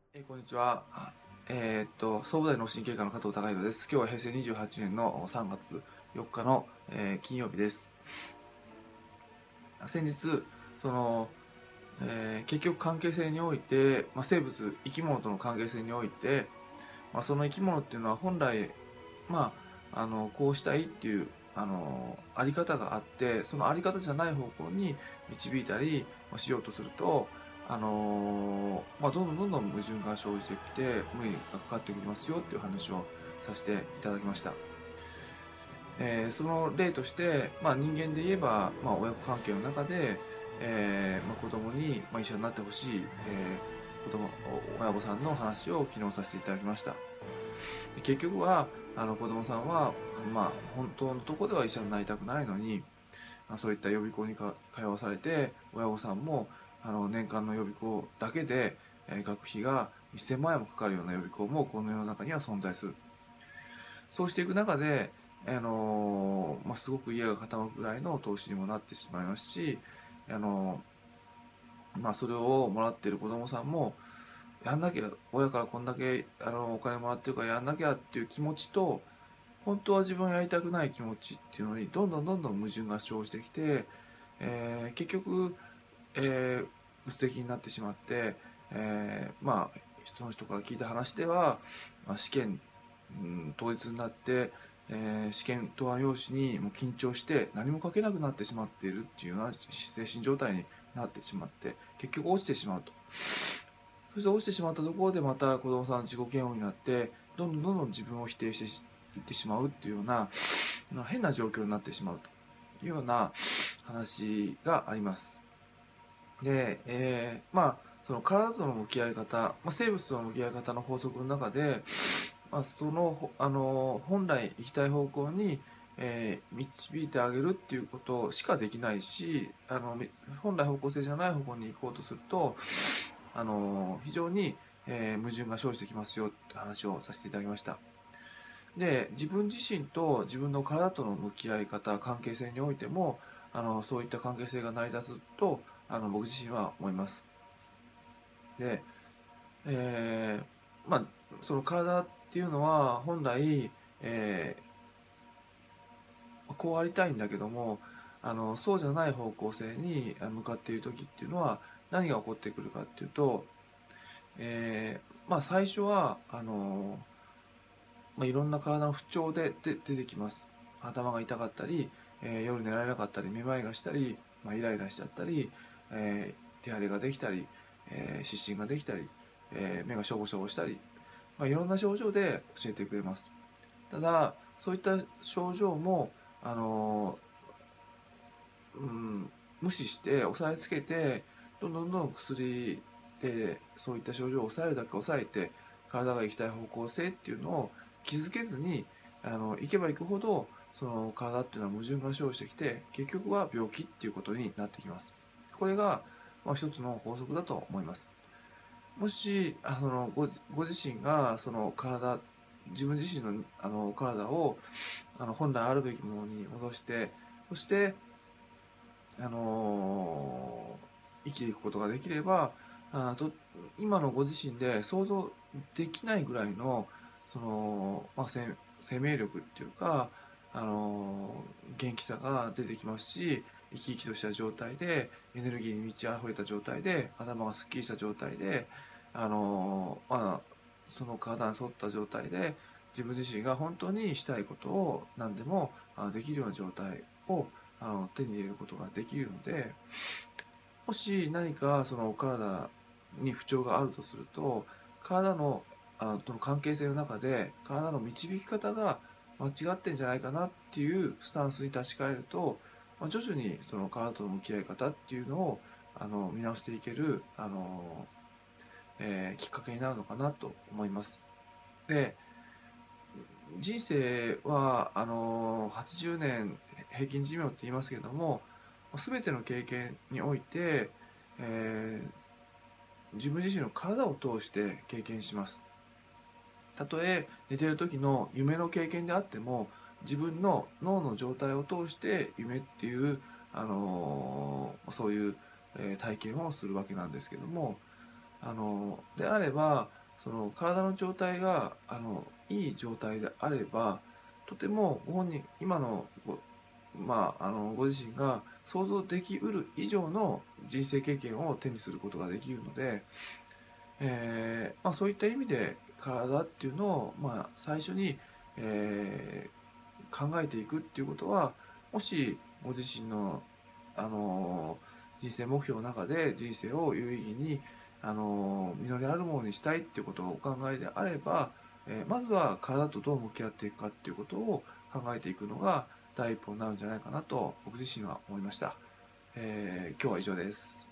こんにちは。総武大脳神経科の加藤孝弘です。今日は平成28年の3月4日の、金曜日です。先日、その、結局関係性において、生物、生き物との関係性において、その生き物っていうのは本来、こうしたいっていう、あり方があって、そのあり方じゃない方向に導いたり、しようとすると、どんどんどんどん矛盾が生じてきて、無理がかかってきますよっていう話をさせていただきました。その例として、人間で言えば、親子関係の中で、子供に、一緒になってほしい、親御さんの話を昨日させていただきました。結局は子供さんは、本当のところでは医者になりたくないのに、そういった予備校に通わされて、親御さんも年間の予備校だけで、学費が1000万円もかかるような予備校もこの世の中には存在する。そうしていく中で、すごく家が傾くぐらいの投資にもなってしまいますし、あのそれをもらっている子供さんも、やんなきゃ、親からこんだけお金もらってるからやんなきゃっていう気持ちと、本当は自分やりたくない気持ちっていうのにどんどんどんどん矛盾が生じてきて、結局、うつ的になってしまって、その人から聞いた話では、試験、当日になって、試験答案用紙にもう緊張して何も書けなくなってしまっているっていうような精神状態になってしまって結局落ちてしまうと。そして落ちてしまったところでまた子供さん自己嫌悪になってどんどんどんどん自分を否定していってしまうっていうような変な状況になってしまうというような話があります。で、その体との向き合い方、生物との向き合い方の法則の中で、その、本来行きたい方向に、導いてあげるっていうことしかできないし、本来方向性じゃない方向に行こうとすると、非常に、矛盾が生じてきますよって話をさせていただきました。で、自分自身と自分の体との向き合い方、関係性においても、そういった関係性が成り立つと、僕自身は思います。で、えその体っていうのは本来、えこうありたいんだけども、そうじゃない方向性に向かっている時っていうのは何が起こってくるかっていうと、最初はいろんな体の不調で出てきます。頭が痛かったり、夜寝られなかったり、めまいがしたり、イライラしちゃったり、手荒れができたり、湿疹ができたり、目がしょぼしょぼしたり、いろんな症状で教えてくれます。ただ、そういった症状も、あのうん、無視して抑えつけて、どんどんどん薬でそういった症状を抑えるだけ抑えて、体が行きたい方向性っていうのを気づけずに行けば行くほどその体っていうのは矛盾が生じてきて結局は病気っていうことになってきます。これが、一つの法則だと思います。もしご自身がその自分自身の体を本来あるべきものに戻して、そして生きていくことができれば、今のご自身で想像できないぐらいの生命力っていうか、元気さが出てきますし、生き生きとした状態でエネルギーに満ち溢れた状態で頭がすっきりした状態で、その体に沿った状態で自分自身が本当にしたいことを何でもできるような状態を手に入れることができるので、もし何かそのお体に不調があるとすると、体のとの関係性の中で体の導き方が間違ってんじゃないかなっていうスタンスに立ち返ると、徐々にその体との向き合い方っていうのを見直していけるきっかけになるのかなと思います。で、人生は80年平均寿命って言いますけれども、全ての経験において、えー自分自身の体を通して経験します。たとえ寝ている時の夢の経験であっても、自分の脳の状態を通して夢っていう、そういう、体験をするわけなんですけども、であればその体の状態がいい状態であれば、とてもご本人今のご自身が想像できうる以上の人生経験を手にすることができるので、そういった意味で体っていうのを、最初に、考えていくっていうことは、もしご自身の、人生目標の中で人生を有意義に、実りあるものにしたいっていうことをお考えであれば、まずは体とどう向き合っていくかっていうことを考えていくのが第一歩になるんじゃないかなと僕自身は思いました。今日は以上です。